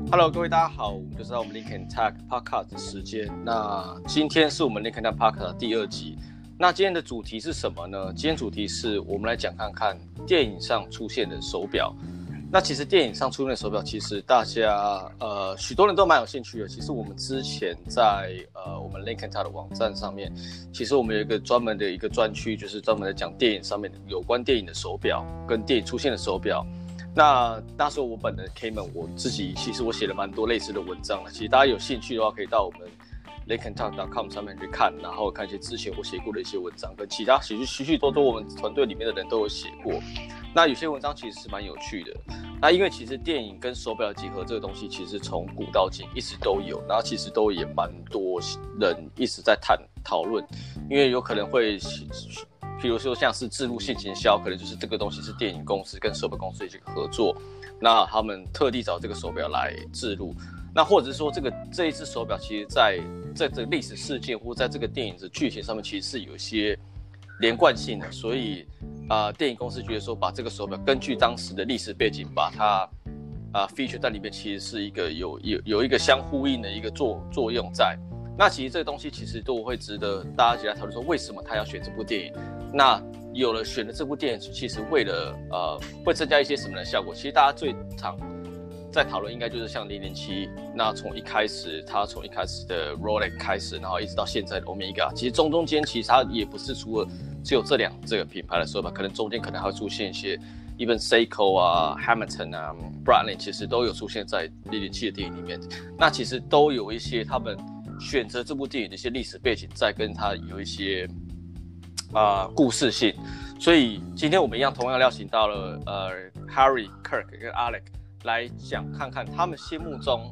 Hello， 各位大家好，我们就是在我们 Lincoln Tech Podcast 的时间。那今天是我们 Lincoln Tech Podcast 的第2集。那今天的主题是什么呢？今天主题是我们来讲看看电影上出现的手表。那其实电影上出现的手表，其实大家许多人都蛮有兴趣的。其实我们之前在我们 Lincoln Tech 的网站上面，其实我们有一个专门的一个专区，就是专门在讲电影上面的有关电影的手表跟电影出现的手表。那时候我本人 Kman 我自己其实我写了蛮多类似的文章的，其实大家有兴趣的话可以到我们 lincolntalk.com 上面去看，然后看一些之前我写过的一些文章，跟其他许许多多我们团队里面的人都有写过。那有些文章其实是蛮有趣的。那因为其实电影跟手表的结合这个东西，其实从古到今一直都有，然后其实都也蛮多人一直在讨论，因为有可能会。比如说像是置入性行销，可能就是这个东西是电影公司跟手表公司的一个合作，那他们特地找这个手表来置入，那或者是说这一只手表其实在这个历史事件或在这个电影的剧情上面其实是有一些连贯性的，所以电影公司觉得说把这个手表根据当时的历史背景把它feature 在里面，其实是一个有一个相呼应的一个作用在。那其实这个东西其实都会值得大家一起来讨论，说为什么他要选这部电影？那有了选的这部电影，其实为了会增加一些什么样的效果？其实大家最常在讨论应该就是像007，那从一开始的 Rolex 开始，然后一直到现在的 Omega， 其实中间其实它也不是除了只有这个品牌的手表，可能中间可能还会出现一些 even Seiko 啊、Hamilton 啊、Breitling， 其实都有出现在007的电影里面。那其实都有一些他们选择这部电影的一些历史背景，再跟它有一些故事性，所以今天我们同样邀请到了Harry、Kirk 跟 Alex 来讲看看他们心目中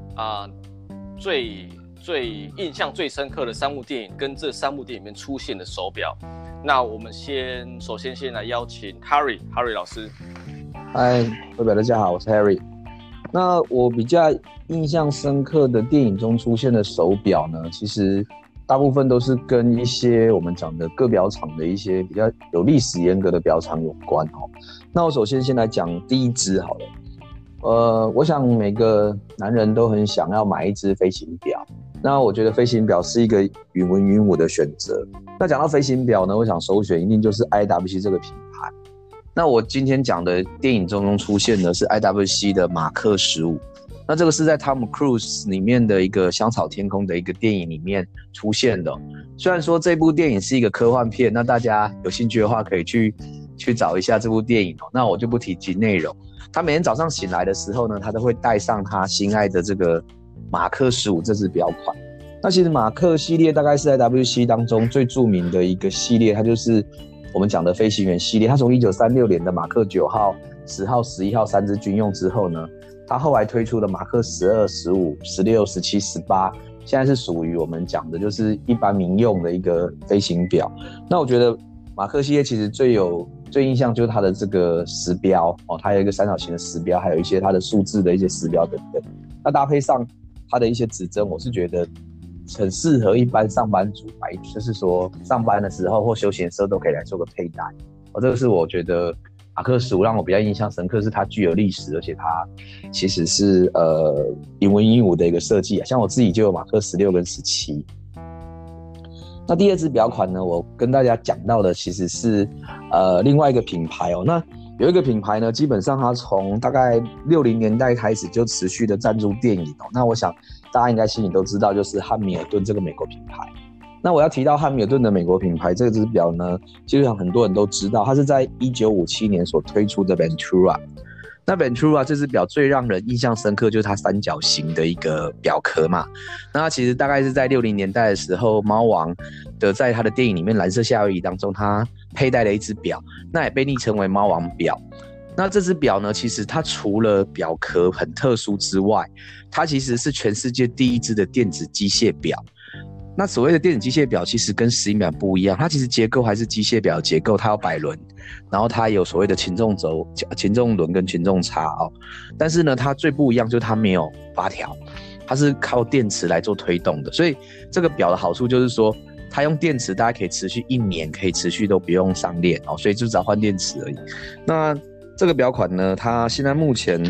最印象最深刻的3部电影跟这3部电影里面出现的手表。那我们首先来邀请 Harry 老师。 嗨，各位大家好，我是 Harry。那我比较印象深刻的电影中出现的手表呢，其实大部分都是跟一些我们讲的各表厂的一些比较有历史严格的表厂有关哦。那我首先来讲第一支好了。我想每个男人都很想要买一只飞行表。那我觉得飞行表是一个云文云武的选择。那讲到飞行表呢，我想首选一定就是 IWC 这个品牌。那我今天讲的电影中出现的是 IWC 的马克15。那这个是在 Tom Cruise 里面的一个香草天空的一个电影里面出现的。虽然说这部电影是一个科幻片，那大家有兴趣的话可以去找一下这部电影哦。那我就不提及内容。他每天早上醒来的时候呢，他都会带上他心爱的这个马克15这只表款。那其实马克系列大概是在 WC 当中最著名的一个系列，它就是我们讲的飞行员系列。它从1936年的马克9号、10号、11号3支军用之后呢，它后来推出的马克12、15、16、17、18，现在是属于我们讲的就是一般民用的一个飞行表。那我觉得马克系列其实最印象就是它的这个时标哦，它有一个三角形的时标，还有一些它的数字的一些时标等等。那搭配上它的一些指针，我是觉得很适合一般上班族买，就是说上班的时候或休闲的时候都可以来做个佩戴。这个是我觉得马克15让我比较印象深刻，是它具有历史，而且它其实是云文云武的一个设计啊。像我自己就有马克16跟17。那第2支表款呢，我跟大家讲到的其实是另外一个品牌哦。那有一个品牌呢，基本上它从大概60年代开始就持续的赞助电影哦。那我想大家应该心里都知道，就是汉密尔顿这个美国品牌。那我要提到汉密尔顿的美国品牌这支表呢，基本上很多人都知道，它是在1957年所推出的 Ventura。那 Ventura 这只表最让人印象深刻就是它三角形的一个表壳嘛。那它其实大概是在60年代的时候，猫王的在他的电影里面《蓝色夏威夷》当中，他佩戴了一只表，那也被昵称为猫王表。那这只表呢，其实它除了表壳很特殊之外，它其实是全世界第一只的电子机械表。那所谓的电子机械表其实跟石英表不一样，它其实结构还是机械表的结构，它有摆轮，然后它有所谓的擒纵轴、擒纵轮跟擒纵叉哦。但是呢，它最不一样就是它没有发条，它是靠电池来做推动的。所以这个表的好处就是说，它用电池大概可以持续1年，可以持续都不用上链哦，所以就只要换电池而已。那这个表款呢，它现在目前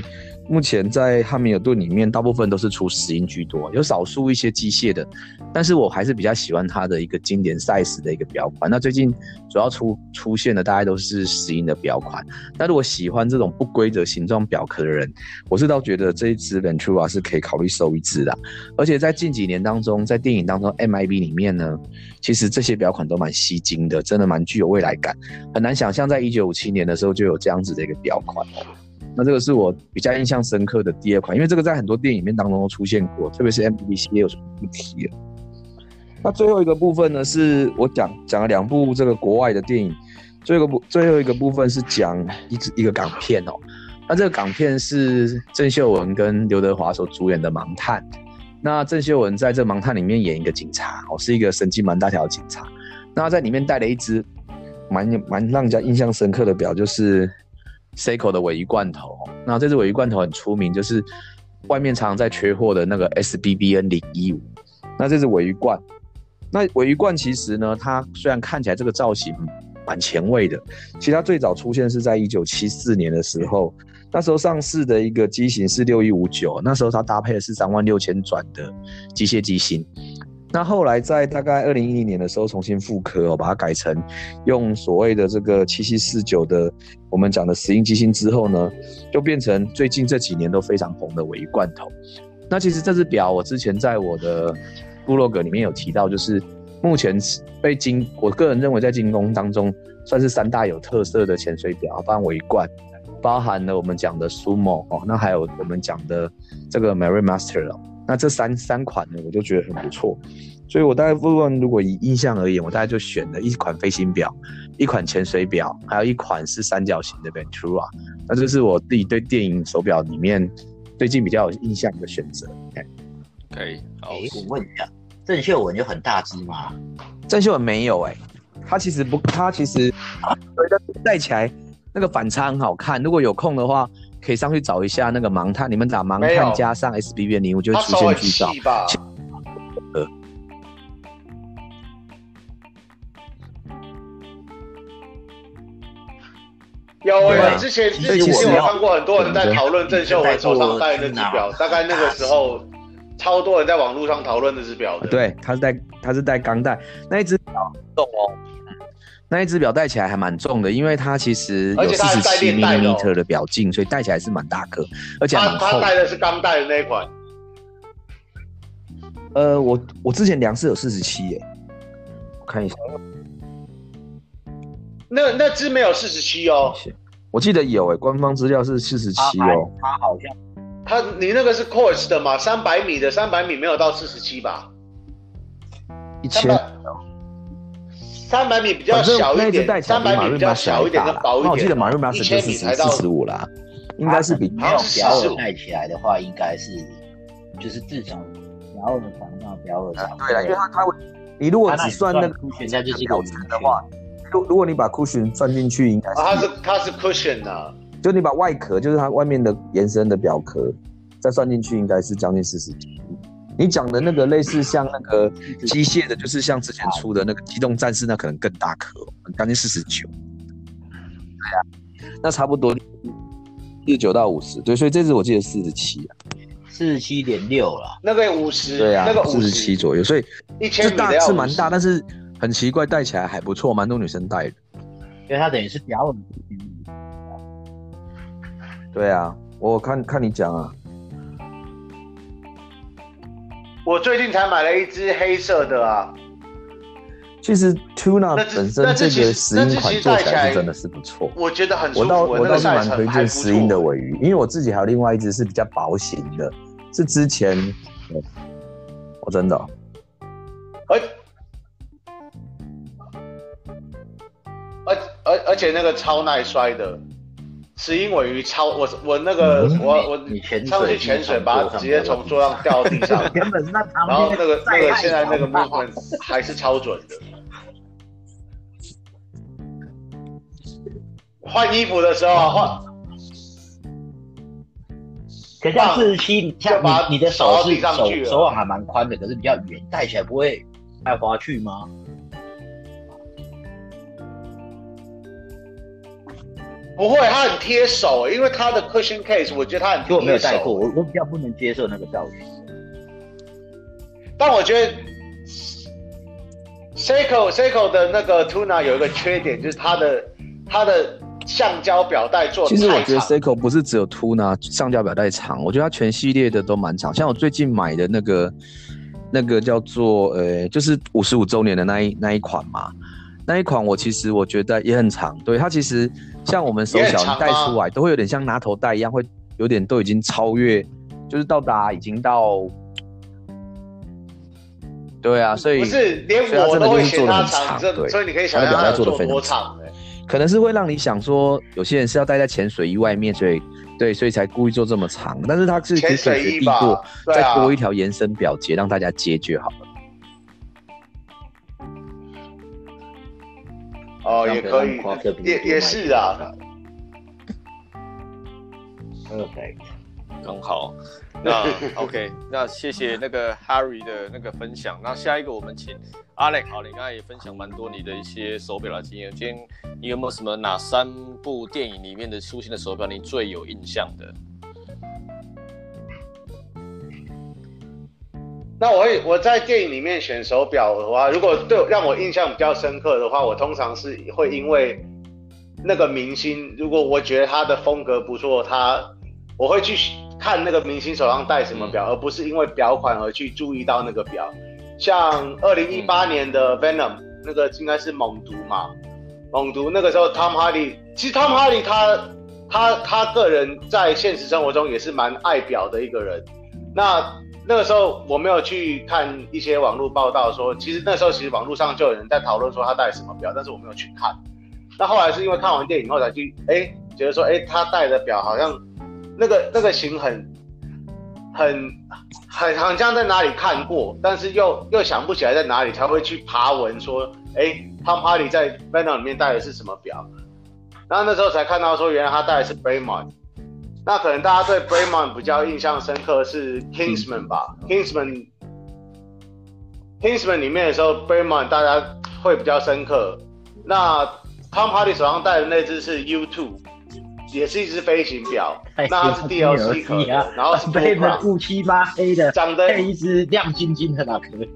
目前在汉密尔顿里面，大部分都是出石英居多，有少数一些机械的，但是我还是比较喜欢它的一个经典 size 的一个表款。那最近主要出现的大概都是石英的表款。那如果喜欢这种不规则形状表壳的人，我是倒觉得这一支 Ventura 是可以考虑收一支的。而且在近几年当中，在电影当中 MIB 里面呢，其实这些表款都蛮吸睛的，真的蛮具有未来感，很难想象在1957年的时候就有这样子的一个表款。那这个是我比较印象深刻的第二款，因为这个在很多电影里面当中都出现过，特别是 MIB 系列有什么不提了。那最后一个部分呢，是我讲了2部这个国外的电影，最后一个部分是讲一个港片哦。那这个港片是郑秀文跟刘德华所主演的《盲探》。那郑秀文在这《盲探》里面演一个警察哦，是一个神经蛮大条的警察。那他在里面带了一只蛮让人家印象深刻的表，就是Seiko 的鲔鱼罐头。那这只鲔鱼罐头很出名，就是外面常常在缺货的那个 SBBN 015。那这只鲔鱼罐，那鲔鱼罐其实呢，它虽然看起来这个造型蛮前卫的，其实它最早出现是在1974年的时候，那时候上市的一个机型是6159，那时候它搭配的是36000转的机械机芯。那后来在大概2010年的时候重新复刻把它改成用所谓的这个7749的我们讲的石英机芯之后呢，就变成最近这几年都非常红的鲔鱼罐头。那其实这只表我之前在我的部落格里面有提到，就是目前我个人认为在精工当中算是3大有特色的潜水表，包含鲔鱼罐，包含了我们讲的 Sumo 那还有我们讲的这个 Marine Master 那这三款呢，我就觉得很不错，所以我大概部分如果以印象而言，我大概就选了一款飞行表，一款潜水表，还有一款是三角形的 Ventura。那这是我自己对电影手表里面最近比较有印象的选择。 可以，好。 我问一下，郑秀文有很大只吗？ 郑秀文没有他其实戴起来那个反差很好看，如果有空的话。可以上去找一下那个盲探，你们打盲探加上 SBBN 05就会出现剧照。 有之前我看过很多人在讨论郑秀文手上戴的那只表，大概那个时候超多人在网络上讨论那只表的。 对，他是戴钢带，那一只表重那一只表戴起来还蛮重的，因为它其实有47 mm 的表径，所以戴起来是蛮大颗，而且还蛮厚。 他戴的是钢带的那一款。 我之前量是有47我看一下。 那只没有47哦。 我记得有官方资料是47哦。 它好像你那个是 Course 的嘛？300米的300米没有到47吧 ？1000。 300米比较小一点，300米比较小一点跟薄一点。 那我记得 Marine Master 就是45啦，应该是比没有表耳戴起来的话，应该是就是至少表耳长到表耳长。 对啦，因为它你如果只算那个现在就是表层的话，如果你把 cushion 算进去，应该是它是 cushion 啊， 就你把外壳，就是它外面的延伸的表壳再算进去，应该是将近40几。你讲的那个类似像那个机械的，就是像之前出的那个机动战士，那可能更大颗，将近49。对啊，那差不多49到50，对，所以这支我记得47啊 ，47.6了。 那个50， 对啊， 那个 47左右，所以 1000米的是蛮大，但是很奇怪，戴起来还不错，蛮多女生戴的。 因为它等于是表耳。 对啊，我看你讲啊。 我最近才买了一只黑色的啊。 其实 Tuna 本身这个石英款做起来是真的是不错， 我觉得很舒服。 我倒是蛮推荐石英的鲔鱼，因为我自己还有另外一只是比较薄型的，是之前真的而且那个超耐摔的。石英鲔鱼我那个我上去潜水，把它直接从桌上掉到地上，然后那个现在那个movement还是超准的。换衣服的时候换。 可像47，像你的手是手腕还蛮宽的，可是比较圆，戴起来不会太滑去吗？ 不会，它很贴手，因为它的 cushion case 我觉得它很贴手。 我没有戴过，我比较不能接受那个造型。 但我觉得 Seiko 的那个 Tuna 有一个缺点，就是它的橡胶表带做得太长。 其实我觉得 Seiko 不是只有 Tuna 橡胶表带长，我觉得它全系列的都蛮长。像我最近买的那个叫做就是55周年的那一款嘛，那一款我觉得也很长。对，它其实像我们手小你戴出来都会有点像拿头带一样，会有点都已经超越，就是到达已经到。对啊，所以不是连我都会嫌它长，所以你可以想象它做多长。 可能是会让你想说，有些人是要戴在潜水衣外面，所以才故意做这么长。但是它是可以随地做，再多一条延伸表节让大家接就好了。 哦，也可以，也是啊。 OK， 刚好。那 OK， 那谢谢那个 Harry 的那个分享。那下一个我们请 Alex， 好，你刚才也分享蛮多你的一些手表的经验。今天你有没有什么哪3部电影里面的出现的手表你最有印象的？ 那我在电影里面选手表的话，如果让我印象比较深刻的话，我通常是会因为那个明星，如果我觉得他的风格不错，我会去看那个明星手上戴什么表，而不是因为表款而去注意到那个表。像2018年的 Venom， 那个应该是猛毒嘛，猛毒那个时候 Tom Hardy， 其实 Tom Hardy 他个人在现实生活中也是蛮爱表的一个人。那个时候我没有去看一些网络报道说，其实那时候网络上就有人在讨论说他戴什么表，但是我没有去看。那后来是因为看完电影后才去觉得说他戴的表好像那个型很像在哪里看过，但是又想不起来在哪里，才会去爬文说Tom Hardy 在 Venom 里面戴的是什么表。然后那时候才看到说原来他戴的是 Bremont。那可能大家对 Bremont 比较印象深刻是 Kingsman 吧， Kingsman 里面的时候 Bremont 大家会比较深刻。那 Tom Hardy 手上戴的那只是 U2， 也是一只飞行表，那它是 DLC 壳的，然后是被那578黑的， 长得配一只亮晶晶的哪可以？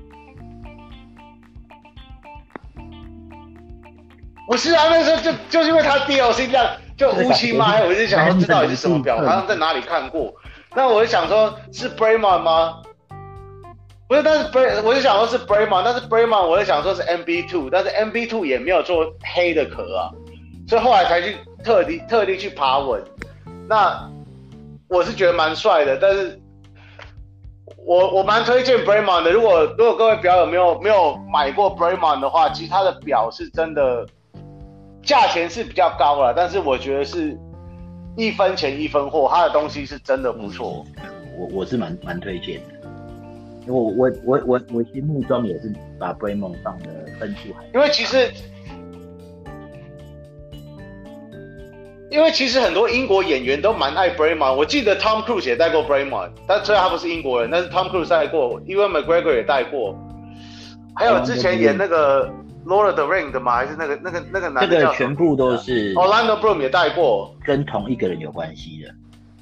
不是啊，那时候就是因为它 DLC 亮，就578，我就想说这到底是什么表，好像在哪里看过。那我就想说是 Bremont 吗？不是，但是我就想说是 Bremont， 但是 Bremont 我就想说是 MB2， 但是 MB2 也没有做黑的壳啊，所以后来才去特地去爬文。那我是觉得蛮帅的，但是我蛮推荐 Bremont 的。如果各位表友没有买过 Bremont 的话，其实它的表是真的价钱是比较高啦，但是我觉得是1分钱1分货，它的东西是真的不错。 我是蛮推荐的。我心目中也是把 Bremont 放的分数还， 因为其实很多英国演员都蛮爱 Bremont， 我记得 Tom Cruise 也戴过 Bremont， 但虽然他不是英国人，但是 Tom Cruise 戴过 ，Ewan McGregor 也戴过，还有之前演那个 Lord of the Ring 的吗？还是那个男的？ 这个全部都是 Orlando Bloom 也戴过， 跟同一个人有关系的。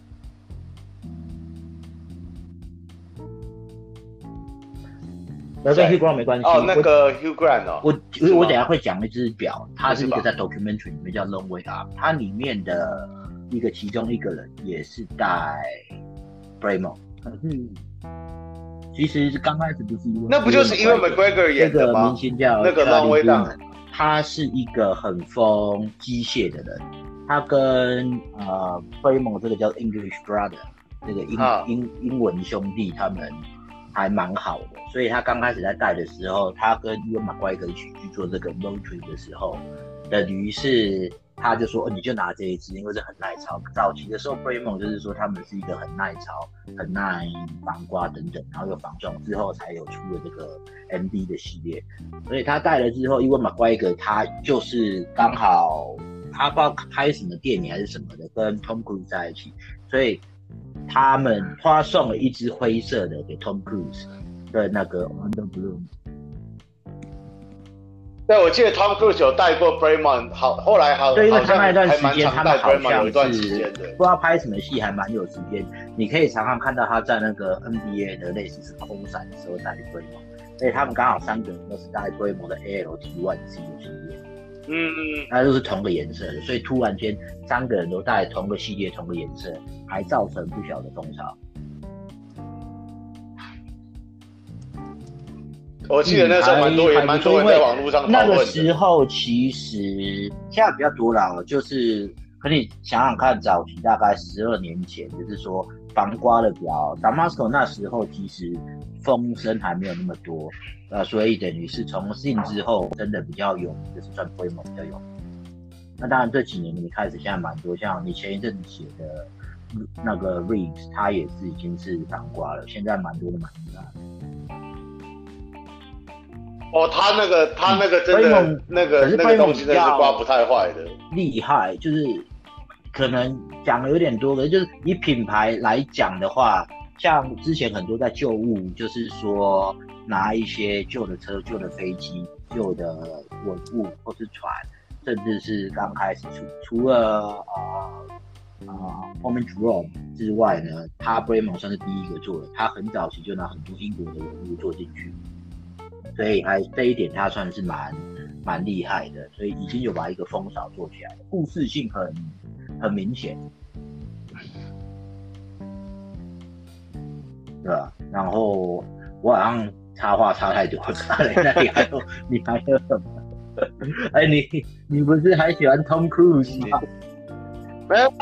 跟 Hugh Grant 没关系那个 Hugh Grant 我等一下会讲一只表，它是一个在 documentary 里面叫 Long Way Up， 它里面的其中一个人也是戴 Bremont， 可是其实刚开始不是那不就是 Ewan McGregor 演的吗？ 那个明星叫那个 Long Way Up， 他是一个很疯机械的人，他跟Bremont 这个叫 English Brother 那个英文兄弟他们还蛮好的，所以他刚开始在戴的时候，他跟Ewan McGregor一起去做这个 road trip 的时候，等于是他就说，你就拿这一支，因为这很耐操。早期的时候 Bremont 就是说他们是一个很耐操、很耐防刮等等，然后又防撞，之后才有出了这个 MB 的系列。所以他戴了之后，Ewan McGregor 他就是刚好他不知道拍什么电影还是什么的，跟 Tom Cruise 在一起，所以他送了一只灰色的给 Tom Cruise 的那个 Orlando Bloom。 对，我记得 Tom Cruise 有带过 Braymon， 后来对，因为他那一段时间他们好像有一段时间的， 不知道拍什么戏，还蛮有时间。你可以常常看到他在那个 NBA 的类似是空伞的时候带 Braymon， 所以他们刚好3个人都是带 Braymon 的 ALT1C 系列，那都是同个颜色的，所以突然间3个人都带同个系列、同个颜色，还造成不小的风潮。 我记得那时候蛮多人在网络上讨论的。 那个时候其实现在比较多了，就是可你想想看，早期大概12年前，就是说防刮的表 Damasco 那时候其实风声还没有那么多，所以等于是从 Sin 之后真的比较有，就是算规模比较有。那当然这几年你开始现在蛮多，像你前一阵子写的那个 Reeves， 他也是已经是防刮了，现在蛮多的蛮厉害的。 他那个真的那个东西真的是刮不太坏的， 厉害就是可能讲的有点多了，就是以品牌来讲的话，像之前很多在旧物，就是说拿一些旧的车、旧的飞机、旧的文物或是船，甚至是刚开始除了Homage Rome 之外呢，他 Braymon 算是第一个做的，他很早期就拿很多英国的文物做进去。所以这一点他算是蛮厉害的，所以已经有把一个风潮做起来了，故事性很明显，对吧？然后我好像插话插太多了，那你还有什么？哎，你不是还喜欢 Tom Cruise 吗？ 没有，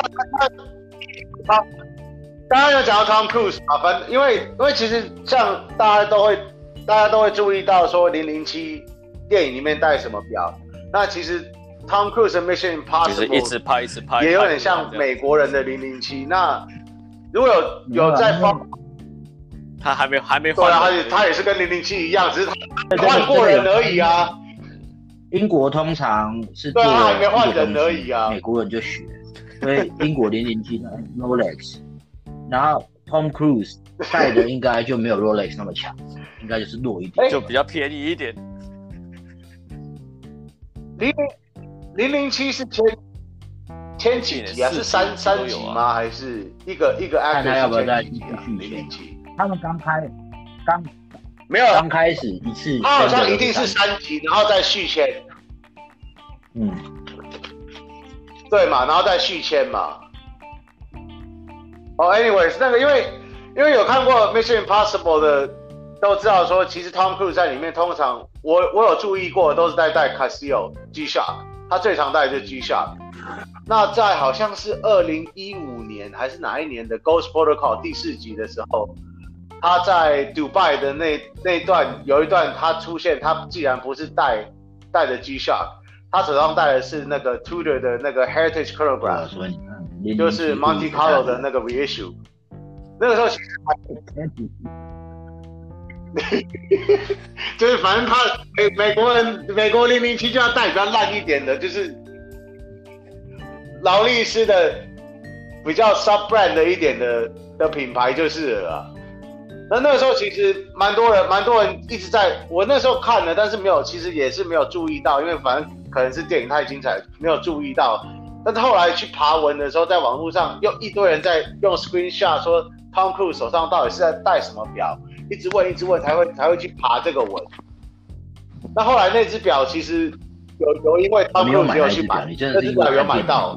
刚刚有讲到 Tom Cruise 嘛，反正因为其实像大家都会注意到说007电影里面带什么表，那其实 Tom Cruise 的 Mission Impossible 就是一直拍， 也有点像美国人的007。那如果有在他还没换， 对啊，他也是跟007一样，只是他换过人而已啊。 英国通常是做他还没换人而已啊， 美国人就学，所以英国007呢 Rolex， 然后 Tom Cruise 带的应该就没有 Rolex 那么强。应该就是弱一点， 就比较便宜一点。 007是前几集啊？是三集吗？还是一个 actor？ 看他要不要再继续续签。他们没有刚开始一次， 他好像一定是3集，然后再续签。对嘛，然后再续签嘛。anyways， 那个因为有看过 Mission Impossible 的。都知道说，其实 Tom Cruise 在里面通常我有注意过，都是带 Casio G-Shock， 他最常带的就是 G-Shock。那在好像是2015年还是哪一年的 Ghost Protocol 第4集的时候，他在 Dubai 的那段有一段他出现，他既然不是带的 G-Shock， 他手上带的是那个 Tudor 的那个 Heritage Chronograph， 就是 Monte Carlo 的那个 reissue。那个时候其实就是反正他美国007就要带比较烂一点的，就是劳力士的比较 sub brand 的一点的品牌就是了啊。那个时候其实蛮多人一直在，我那时候看了，但是其实也是没有注意到，因为反正可能是电影太精彩，没有注意到。但是后来去爬文的时候，在网络上又一堆人在用 screenshot 说 Tom Cruise 手上到底是在戴什么表。一直问才会去爬这个文。那后来那只表其实有因为 Tom Cruise 有去买，那只表有买到。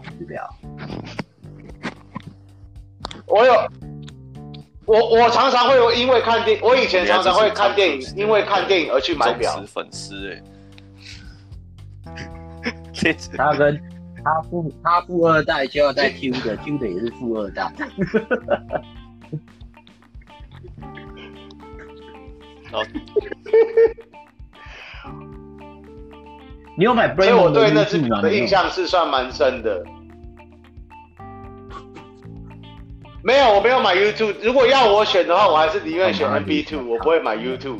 我常常会因为看电影，我以前常常会看电影，因为看电影而去买表。 忠实粉丝他跟他富二代就要带 Q 的也是富二代。你有买 Braymon 的？所以我对那只表的印象是算蛮深的。没有，我没有买 U2。如果要我选的话，我还是宁愿选 MB2， 我不会买 U2。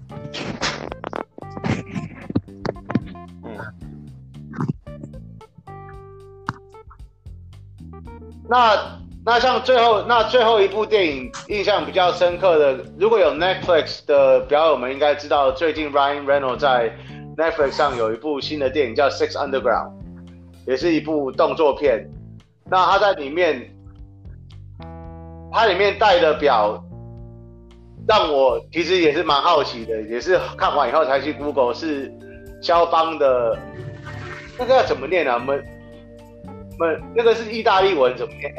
那像最后一部电影印象比较深刻的，如果有 Netflix 的表友们应该知道，最近 Ryan Reynolds 在 Netflix 上有一部新的电影叫《Six Underground》，也是一部动作片。那它在里面，它里面戴的表，让我其实也是蛮好奇的，也是看完以后才去 Google， 是肖邦的，那个要怎么念啊？那个是意大利文怎么念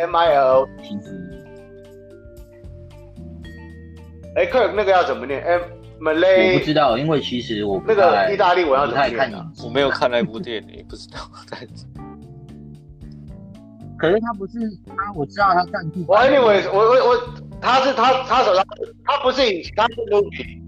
？MILL。Kirk 那个要怎么念 ？Malay。 我不知道，因为其实我那个意大利文要怎么念啊？ 我没有看那部电影，不知道。 可是他不是他，我知道他赞助。 我 anyway， 他手上他不是影集，他是 movie。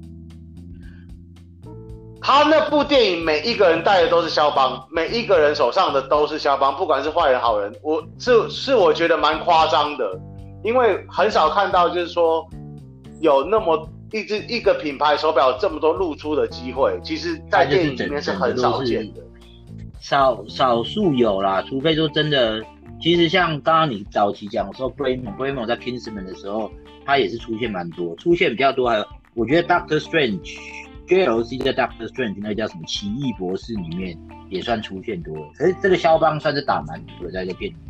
他那部电影每一个人戴的都是肖邦，每一个人手上的都是肖邦，不管是坏人好人，我觉得蛮夸张的，因为很少看到就是说有那么一个品牌手表这么多露出的机会，其实在电影里面是很少见的， 少数有啦，除非说真的。其实像刚刚你早期讲说 Braymo 在 Kingsman 的时候，他也是出现蛮多，出现比较多。还有我觉得 Doctor Strange。JLC 在 Doctor Strange 那个叫什么奇异博士里面也算出现多了，可是这个肖邦算是打蛮多的在这片里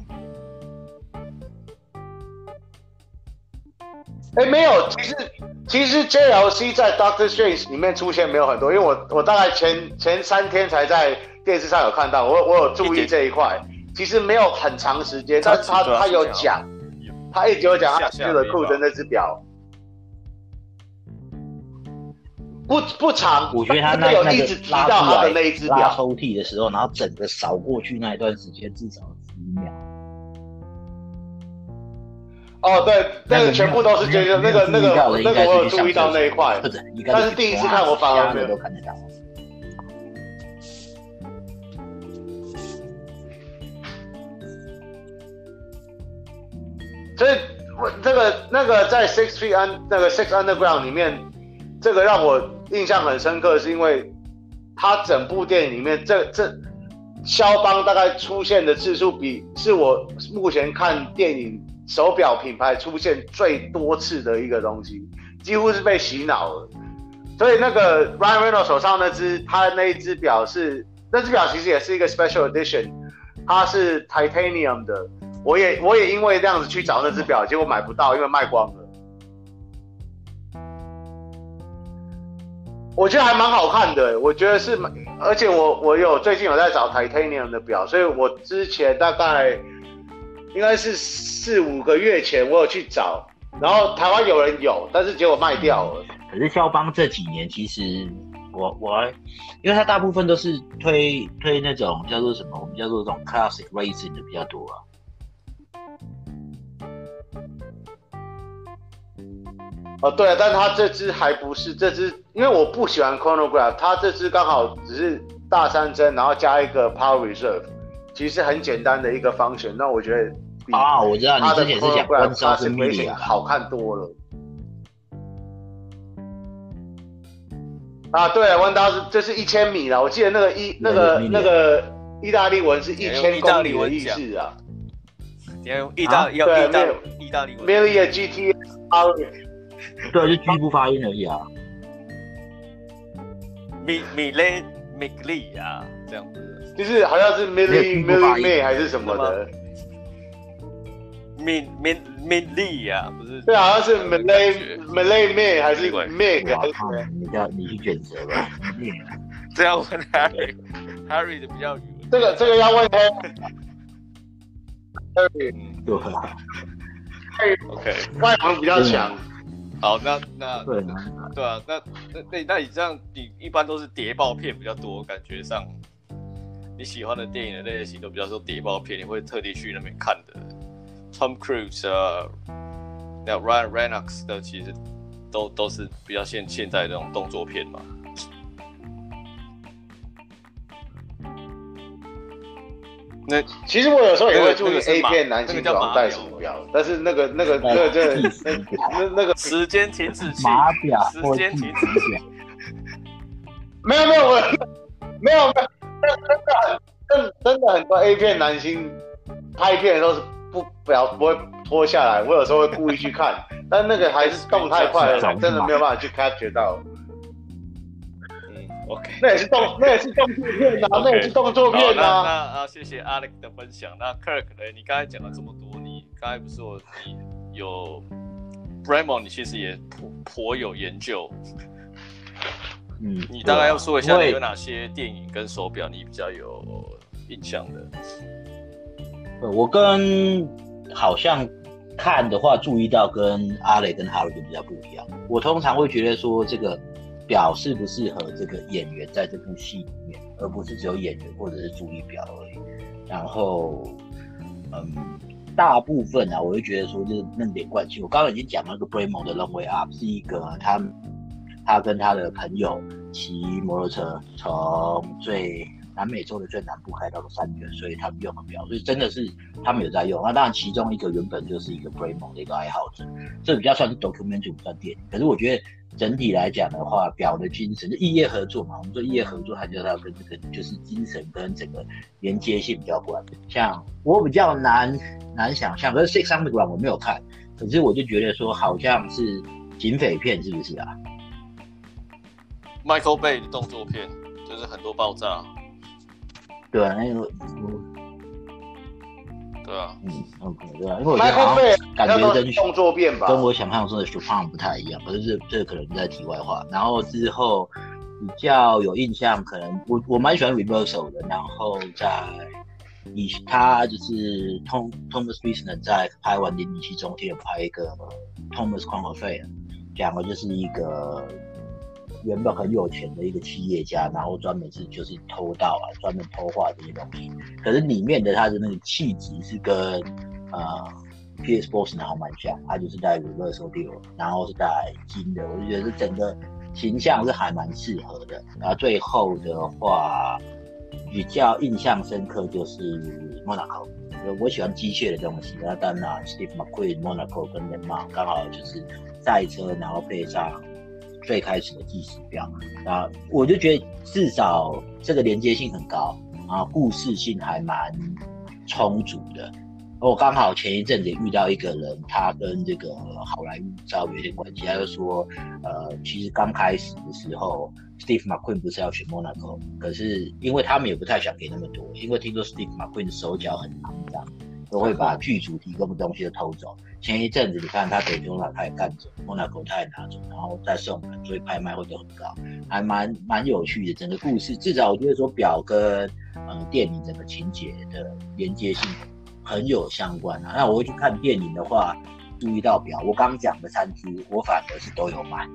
面。没有，其实 JLC 在 Doctor Strange 里面出现没有很多，因为我大概前3天才在电视上有看到，我有注意这一块，其实没有很长时间，但是他有讲，他一直有讲他这个库的那只表。不长， 我觉得他那有一直提到他的那一只表拉抽屉的时候，然后整个扫过去那一段时间至少11秒。 哦，对，那个全部都是这个，那个我有注意到那一块，但是第一次看我反而没有看得到。 所以那个在 Six Underground 里面，这个让我印象很深刻，是因为他整部电影里面这肖邦大概出现的次数是我目前看电影手表品牌出现最多次的一个东西，几乎是被洗脑了。所以那个 Ryan Reynolds 手上他那一只表其实也是一个 special edition， 它是 titanium 的。我也因为这样子去找那只表，结果买不到，因为卖光了。我觉得还蛮好看的，我觉得是，而且我最近有在找 titanium 的表，所以我之前大概应该是4-5个月前我有去找，然后台湾有人有，但是结果卖掉了。 可是肖邦这几年其实因为他大部分都是推那种叫做什么，我们叫做这种 classic racing 的比较多啊。 哦，对啊，但他这支还不是这支，因为我不喜欢 chronograph， 他这支刚好只是大3针，然后加一个 power reserve， 其实很简单的一个function。那我觉得我知道你之前是讲 One Million 好看多了。啊，对 ，One Thousand 这是1000米了，我记得那个意大利文是1000公里的意思啊。 你要用意大利文 ，Million GT power。 对，就局部发音而已啊。 米利啊，这样子， 就是好像是 Millie 还是什么的。 米利啊，不是？ 对，好像是 Malay 妹还是 Meg 还是什么？ 你去卷舌吧。 这要问 Harry 的比较语文。 这个要问 Harry。 对啊。 OK， 外行比较强。 好，那对啊，那你这样，你一般都是谍报片比较多，感觉上你喜欢的电影的类型都比较说谍报片，你会特地去那边看的。Tom Cruise 那 Ryan Reynolds 的其实都是比较现在这种动作片嘛。 那其实我有时候也会注意 A 片男性装戴什么表，但是那个时间停止器， 码表， 时间停止器， 没有，真的很多 A 片男星拍片的时候是不会脱下来，我有时候会故意去看，但那个还是动太快了，真的没有办法去 capture 到。 OK， 那也是动作片啊，那也是动作片啊。 那谢谢 Alex 的分享。那 Kirk 呢？你刚才讲了这么多，你刚才不是说你有 Bremont， 你其实也颇有研究。你大概要说一下你有哪些电影跟手表你比较有印象的？ 我跟好像看的话，注意到跟阿磊跟哈瑞就比较不一样。我通常会觉得说这个表适不适合这个演员在这部戏里面，而不是只有演员或者是注意表而已。然后，大部分啊，我会觉得说就是那连贯性。我刚刚已经讲那个 Bremont 的 Long Way Up 是一个他跟他的朋友骑摩托车从南美洲的最南部开到了3元，所以他们用的表，所以真的是他们有在用。那当然，其中一个原本就是一个 Bremont 的一个爱好者，这比较算是 documentary， 不算电影。可是我觉得整体来讲的话，表的精神就异业合作嘛，我们说异业合作，它就是要跟这个就是精神跟整个连接性比较关。像我比较难想象，可是 Six Underground 我没有看，可是我就觉得说好像是警匪片，是不是啊 ？Michael Bay 的动作片，就是很多爆炸。 对啊，那个， 对啊 ，OK， 对啊，因为我觉得好像感觉跟动作片吧， 跟我想象中的 Chopin 不太一样，可是这可能在题外话。然后之后比较有印象，可能我蛮喜欢 Reversal 的，然后他就是 Thomas Wiseau 在拍完007中间拍一个 Thomas Crown Affair， 讲的就是一个原本很有钱的一个企业家，然后专门就是偷盗啊，专门偷画这些东西。可是里面的他的那个气质是跟Pierce Brosnan 好蛮像，他就是戴 Reversal Deal， 然后是戴金的，我就觉得整个形象是还蛮适合的。然后最后的话，比较印象深刻就是 Monaco， 我喜欢机械的东西。那当然 Steve McQueen、Monaco 跟 Le Mans 刚好就是赛车，然后配上最开始的计时表，啊，我就觉得至少这个连接性很高，然后故事性还蛮充足的。我刚好前一阵子也遇到一个人，他跟这个好莱坞稍微有点关系，他就说，其实刚开始的时候 ，Steve McQueen 不是要选 Monaco， 可是因为他们也不太想给那么多，因为听说 Steve McQueen 的手脚很肮脏，都会把剧组提供的东西都偷走。前一阵子你看他北中南他也干走 ，Monaco 他也拿走，然后再送人，所以拍卖会都很高，还蛮有趣的。整个故事至少我觉得说表跟电影整个情节的连接性很有相关啊。那我会去看电影的话，注意到表，我刚刚讲的3支，我反而是都有买。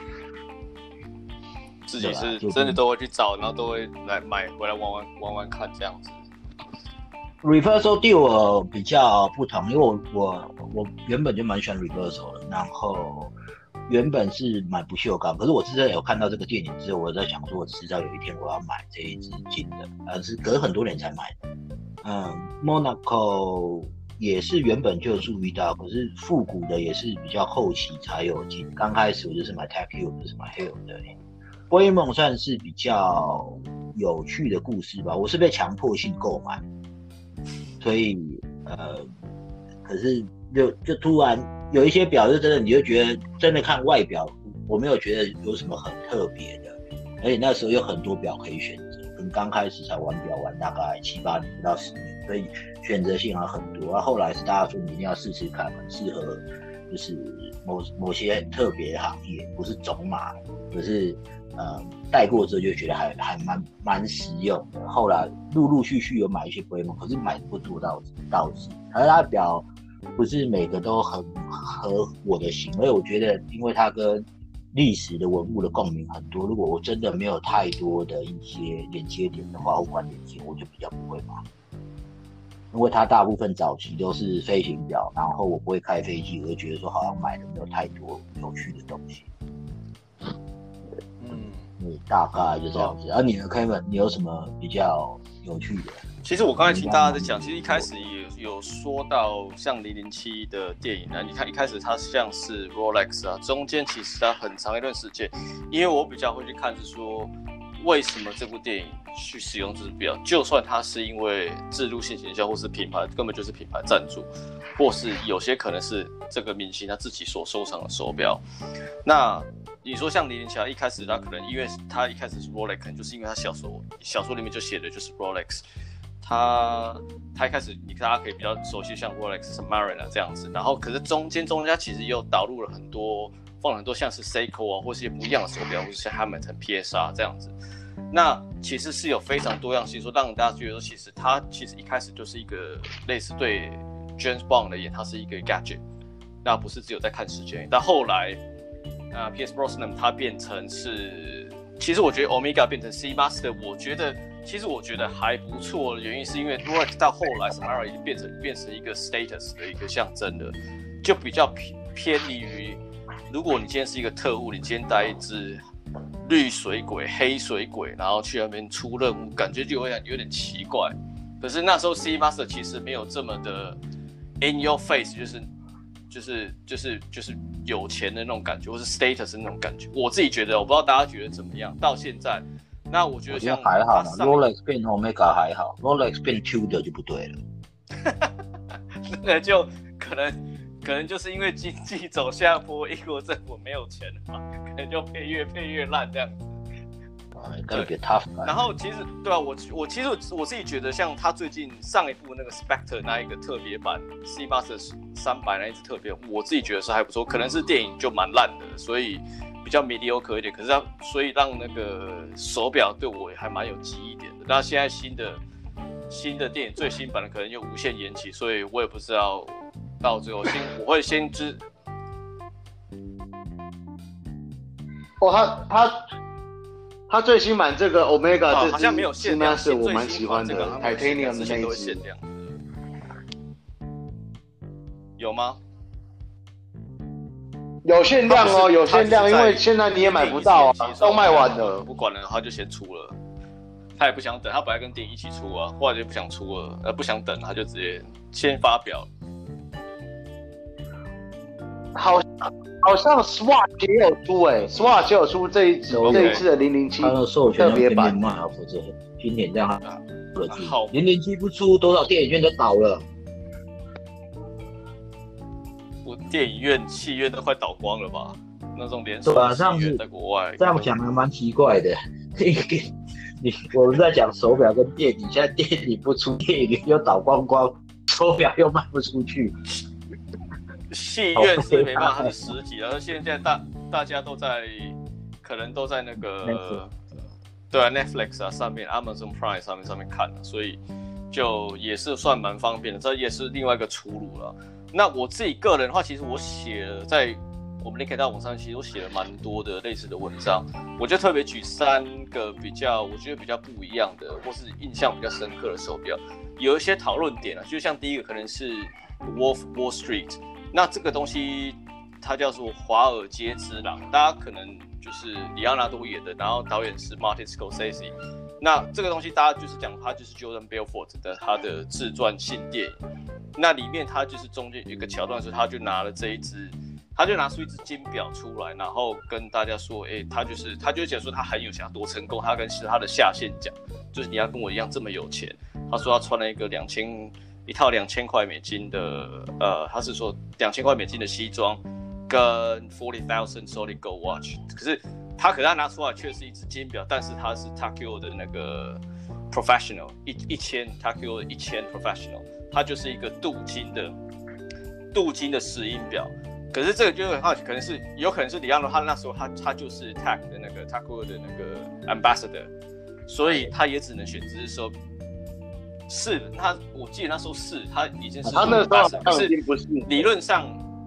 自己是真的都会去找，然后都会来买回来玩看这样子。 Reversal Deal 我比较不同，因为我原本就蛮喜欢 Reversal 的，然后原本是买不锈钢，可是我真的有看到这个电影之后，我在想说，我迟早有一天我要买这一支金的，是隔很多年才买的。Monaco 也是原本就注意到，可是复古的也是比较后期才有金，刚开始我就是买 Tag Heuer， 就是买 Heuer 的。Bremont 算是比较有趣的故事吧，我是被强迫性购买。所以可是就突然有一些表，就真的你就觉得真的看外表，我没有觉得有什么很特别的，而且那时候有很多表可以选择，跟刚开始才玩表玩大概7-8年不到10年，所以选择性还很多。后来是大家说你一定要试试看，很适合就是某些特别的行业，不是种马，可是带过之后就觉得还蛮实用的。后来陆陆续续有买一些 Bremont， 可是买不多到底，而它的表不是每个都很合我的型，而且我觉得因为它跟历史的文物的共鸣很多，如果我真的没有太多的一些连接点的话或关联性，我就比较不会买。因为它大部分早期都是飞行表，然后我不会开飞机，我就觉得说好像买的没有太多有趣的东西。大概就这样子。你呢 Kevin， 你有什么比较有趣的？ 其实我刚才听大家在讲，其实一开始也有说到像007的电影啊，你看一开始它像是 Rolex 啊，中间其实它很长一段时间，因为我比较会去看是说为什么这部电影去使用这只表，就算它是因为置入性行销或是品牌根本就是品牌赞助，或是有些可能是这个明星他自己所收藏的手表，那你说像007一开始他可能因为他一开始是 Rolex， 可能就是因为他小说里面就写的就是 Rolex， 他一开始大家可以比较熟悉像 Rolex、Submariner 这样子，然后可是中间他其实又导入了放了很多像是 Seiko 啊，或是一些不一样的手表，或是像 Hamilton、PSR 这样子。那其实是有非常多样性，说让大家觉得说，其实它其实一开始就是一个类似对 James Bond 而言，它是一个 gadget， 那不是只有在看时间。但后来Pierce Brosnan 它变成是，其实我觉得 Omega 变成 Seamaster， 我觉得还不错的原因是因为 Rolex 到后来 Samara 已经变成一个 status 的一个象征了，就比较偏离于，如果你今天是一个特务，你今天带一只绿水鬼、黑水鬼，然后去那边出任务，感觉就有点奇怪。可是那时候 Seamaster 其实没有这么的 in your face， 就是有钱的那种感觉，或是 status 的那种感觉。我自己觉得，我不知道大家觉得怎么样。到现在，那我觉得像还好 ，Rolex 变 Omega 还好 ，Rolex 变 Tudor 就不对了。 那就可能就是因为经济走下坡，英国政府没有钱了嘛，可能就配越烂这样子。 对， 然后其实对啊，我其实我自己觉得，像他最近上一部那个 Spectre 那一个特别版 Seamaster 300那一只特别，我自己觉得是还不错，可能是电影就蛮烂的，所以比较 mediocre 一点。可是所以让那个手表对我还蛮有记忆点的。那现在新的电影最新版的可能又无限延期，所以我也不知道到最后我会先知。 他最新版这个 Omega 好像没有限量， 是我蛮喜欢的 Titanium 的那一只。 有吗？ 有限量哦，有限量，因为现在你也买不到啊，都卖完了。 不管了，他就先出了。他也不想等，他本来跟电影一起出啊，后来就不想出了，不想等，他就直接先发表。好像 Swatch 也有出Swatch 也有出这一次的007特别版嘛，否则今年这样好007不出，多少电影院都倒了。 我电影院、戏院都快倒光了吧？那种连锁戏院在国外， 这样讲还蛮奇怪的。我们在讲手表跟电影，现在电影不出，电影又倒光光，手表又卖不出去。 戏院是没办法，它是实体，然后现在大家都在，可能都在那个对啊 Netflix 啊上面 ，Amazon Prime 上面看了，所以就也是算蛮方便的，这也是另外一个出路了。那我自己个人的话，其实我写了在我们 LinkedIn 网上，其实我写了蛮多的类似的文章，我就特别举3个我觉得比较不一样的，或是印象比较深刻的手表，有一些讨论点啊，就像第一个可能是 Wall Street。那这个东西它叫做华尔街之狼，大家可能就是里奥纳多演的，然后导演是 Martin Scorsese。那这个东西大家就是讲它就是 Jordan Belfort 的他的自传性电影。那里面他就是中间有一个桥段是，他就拿出一只金表出来，然后跟大家说，他就讲说他很有钱，多成功，他跟他的下线讲，就是你要跟我一样这么有钱。他说他穿了一套$2000的，他是说$2000的西装，跟40,000 solid gold watch。可是他拿出来却是一只金表，但是他是 Tokyo 的那个 professional 1000 Tokyo 的1000 professional， 它就是一个镀金的石英表。可是这个就很好奇，有可能是里奥纳多，他那时候他就是 Tag 的那个 Tokyo 的那个 ambassador， 所以他也只能选择说。我记得那时候他已经是他那时候已经不是理论上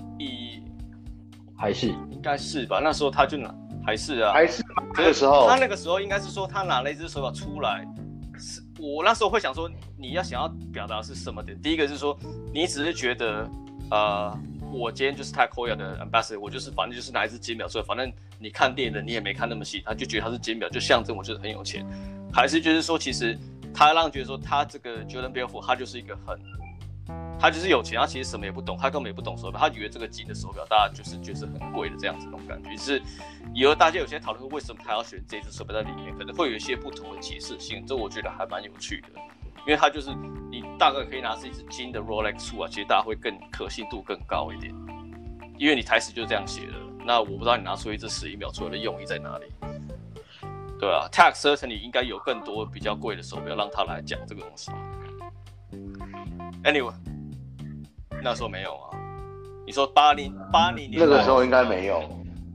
还是应该是吧？那时候他就还是那个时候他那个时候应该是说他拿了一只手表出来，我那时候会想说你想要表达是什么点？第一个是说你只是觉得我今天就是 Tag Heuer 的 ambassador， 我就是反正就是拿一只金表出来，反正你看电影的你也没看那么细，他就觉得他是金表，就象征我就是很有钱，还是就是说其实。他让觉得说，他这个 Jordan Belfort， 他就是一个他就是有钱，他其实什么也不懂，他根本也不懂手表，他以为这个金的手表大家就是觉得很贵的这样子那种感觉。是以后大家有些讨论说，为什么他要选这只手表在里面，可能会有一些不同的解释性，这我觉得还蛮有趣的，因为他就是你大概可以拿是一只金的 Rolex 出啊，其实大家会更可信度更高一点，因为你台词就这样写了。 那我不知道你拿出一支11秒出来的用意在哪里。对啊 ，Tag certainly 应该有更多比较贵的手表让他来讲这个东西。Anyway， 那时候没有啊。你说80年那个时候应该没有，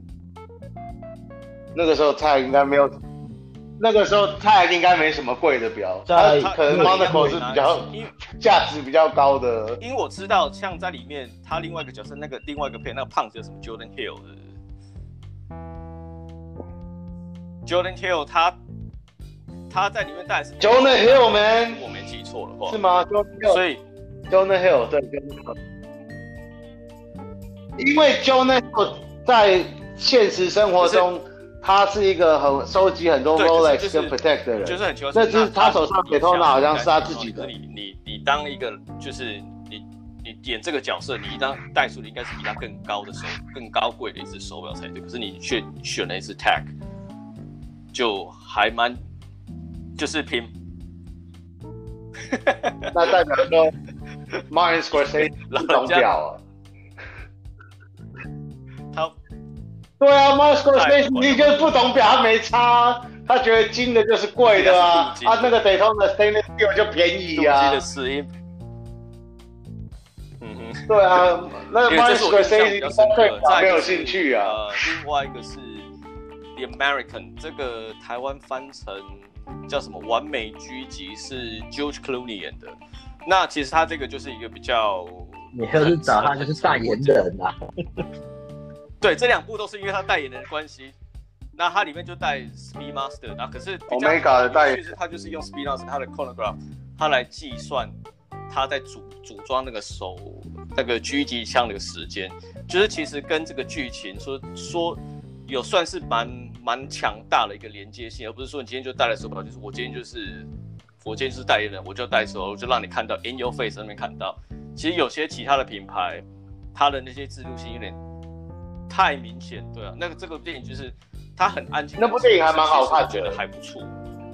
那个时候 Tag 应该没有。那个时候他应该没什么贵的表，他可能 Monaco 是比较价值比较高的。 因为我知道，像在里面，他另外一个角色，那个另外一个片，那个胖子叫什么 Jordan Hill 的 Jordan Hill， 他在里面戴的是 Jordan Hill man， 我没记错的话， 是吗 ？Jordan Hill， 所以 Jordan Hill 对 Jordan Hill， 因为 Jordan Hill 在现实生活中。他是一个很收集很多 Rolex 跟 Patek 的人， 就是很奇怪。 那只是他手上Daytona好像是他自己的。 你当一个就是你演这个角色，你当戴出的应该是比他更高的更高贵的一只手表才对。可是你却选了一只 Tag， 就还蛮就是拼。 那代表说 Martin Scorsese 不懂表啊。对啊 ，Martin Scorsese 你就是不懂表，他没差，他觉得金的就是贵的啊，那个 Daytona Stainless Steel 就便宜啊。 镀金的试音， 对啊，那 Martin Scorsese 对表没有兴趣啊。 另外一个是 The American， 这个台湾翻成叫什么《完美狙击》，是 George Clooney 演的。那其实他这个就是一个比较， 你要是找他就是代言人啊。 对，这2部都是因为他代言人的关系。那他里面就带 Speedmaster， 那可是比较 Omega 的代言人，他就是用 Speedmaster 他的 chronograph， 他来计算他在组装那个那个狙击枪的时间，就是其实跟这个剧情说有算是蛮强大的一个连接性，而不是说你今天就戴了手表，就是我今天就是代言人，我就戴手，我就让你看到 in your face 那边看到。其实有些其他的品牌，它的那些制度性有点太明显，对啊，这个电影就是它很安静， 那部电影还蛮好看的， 觉得还不错。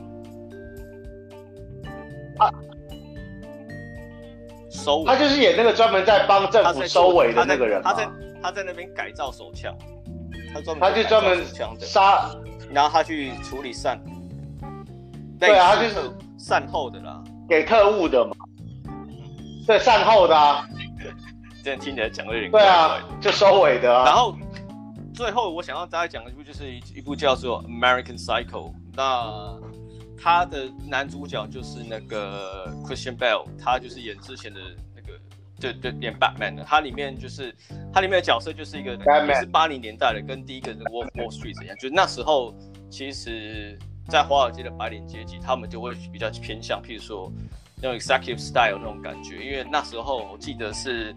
他就是演那个专门在帮政府收尾的那个人， 他在那边改造手枪， 他就专门杀， 然后他去处理对啊，他就是善后的啦， 给特务的嘛，对，善后的啊。 这样听起来讲的有点怪怪的。 对啊，就收尾的啊。 然后最后我想要大家讲的一部就是一部叫做《American Psycho》，那他的男主角就是那个 Christian Bale， 他就是演之前的那个就演 Batman 的，他里面的角色就是一个也是80年代的，跟第一个 Wall Street 一样，就是那时候其实在华尔街的白领阶级，他们就会比较偏向，譬如说那种 executive style 那种感觉，因为那时候我记得是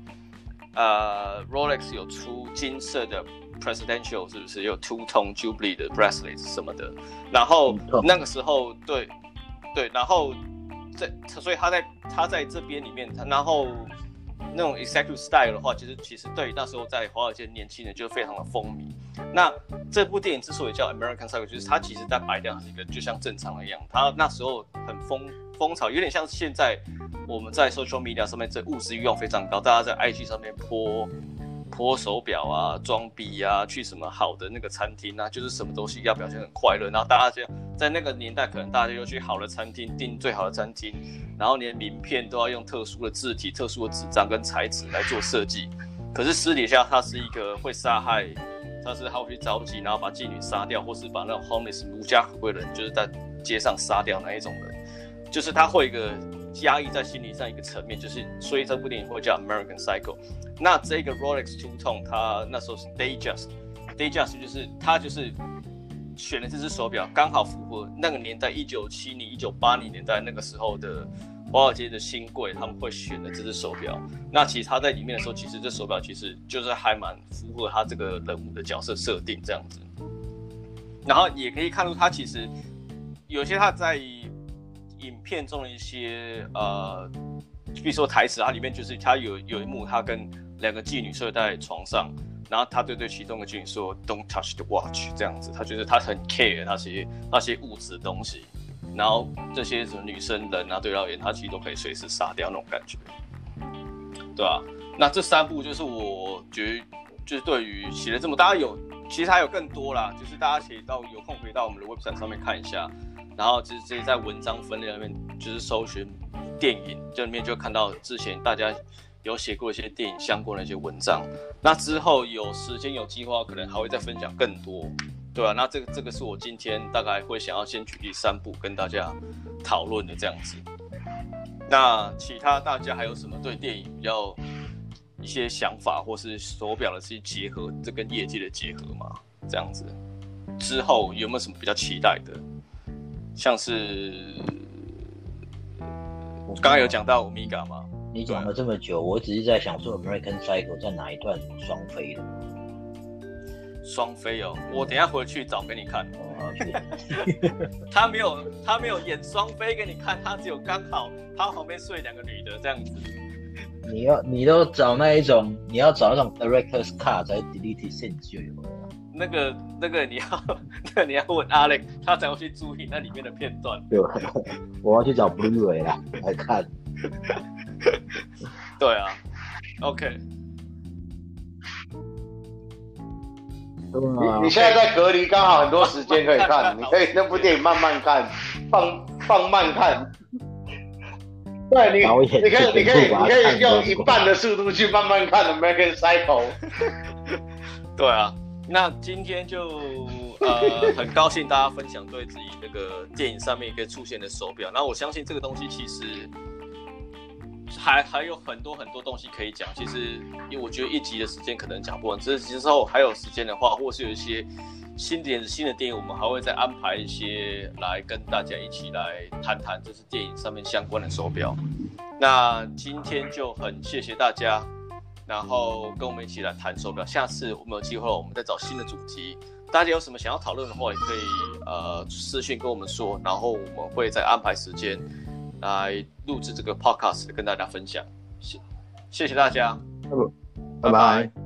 Rolex 有出金色的 Presidential， 是不是有 two-tone Jubilee 的 bracelet 什么的？然后那个时候对，然后所以他在这边里面，然后那种 executive style 的话，其实对那时候在华尔街的年轻人就非常的风靡。那这部电影之所以叫 American Psycho， 就是它其实在白掉是一个就像正常的一样，它那时候很风潮，有点像现在我们在 social media 上面这物质欲望非常高，大家在 IG 上面泼手表啊、装逼啊，去什么好的那个餐厅啊，就是什么东西要表现很快乐，然后大家就在那个年代，可能大家就去好的餐厅订最好的餐厅，然后连名片都要用特殊的字体、特殊的纸张跟材质来做设计。可是私底下他是一个会杀害，他会去着急，然后把妓女杀掉，或是把那种 homeless 无家可归的人，就是在街上杀掉那一种人，就是他会有一个压抑在心理上一个层面，就是所以这部电影会叫 American Psycho。那这个 Rolex Two-Tone 他那时候是 Datejust 就是他就是选了这只手表，刚好符合那个年代1970、1980年代那个时候的华尔街的新贵他们会选的这只手表。那其实他在里面的时候，其实这手表其实就是还蛮符合他这个人物的角色设定这样子。然后也可以看出他其实有些他在影片中的一些比如说台词，它里面就是他有一幕，他跟2个妓女睡在床上，然后他对其中的妓女说 "Don't touch the watch" 这样子，他觉得他很 care 那些物质的东西，然后这些什么女生人啊对他而言，他其实都可以随时杀掉那种感觉，对吧？那这3部就是我觉得就是对于写了这么，大家其实还有更多啦，就是大家可以有空可以到我们的 website 上面看一下，然后就是直接在文章分类里面就是搜寻电影，这里面就看到之前大家有写过一些电影相关的一些文章。那之后有时间有计划，可能还会再分享更多，对啊，那这个是我今天大概会想要先举例3部跟大家讨论的这样子。那其他大家还有什么对电影比较一些想法，或是手表的这些结合，这跟业界的结合吗？这样子之后有没有什么比较期待的？像是刚刚有讲到 Omega 嘛？ 你讲了这么久，我只是在想说 American Cycle 在哪一段双飞的？ 双飞哦，我等一下回去找给你看。他没有演双飞给你看，他只有刚好他旁边睡2个女的这样子。 你都找那一种，你要找那种 director's cut 才 deleted scenes 就有了。 那个你要问 Alex， 他才会去注意那里面的片段。 对，我要去找 Blu-ray 啦来看。 对啊 ，OK。 你现在在隔离，刚好很多时间可以看，你可以那部电影慢慢看，放慢看。对，你可以用1半的速度去慢慢看 American Cycle。 对啊，那今天就很高兴大家分享对自己那个电影上面一个出现的手表。那我相信这个东西其实还有很多东西可以讲。其实因为我觉得1集的时间可能讲不完，只是之后还有时间的话，或是有一些新的电影，我们还会再安排一些来跟大家一起来谈谈，就是电影上面相关的手表。那今天就很谢谢大家，然后跟我们一起来谈手表。下次我们有机会，我们再找新的主题。大家有什么想要讨论的话，也可以私讯跟我们说，然后我们会再安排时间来录制这个 podcast 跟大家分享。谢谢大家， 拜拜。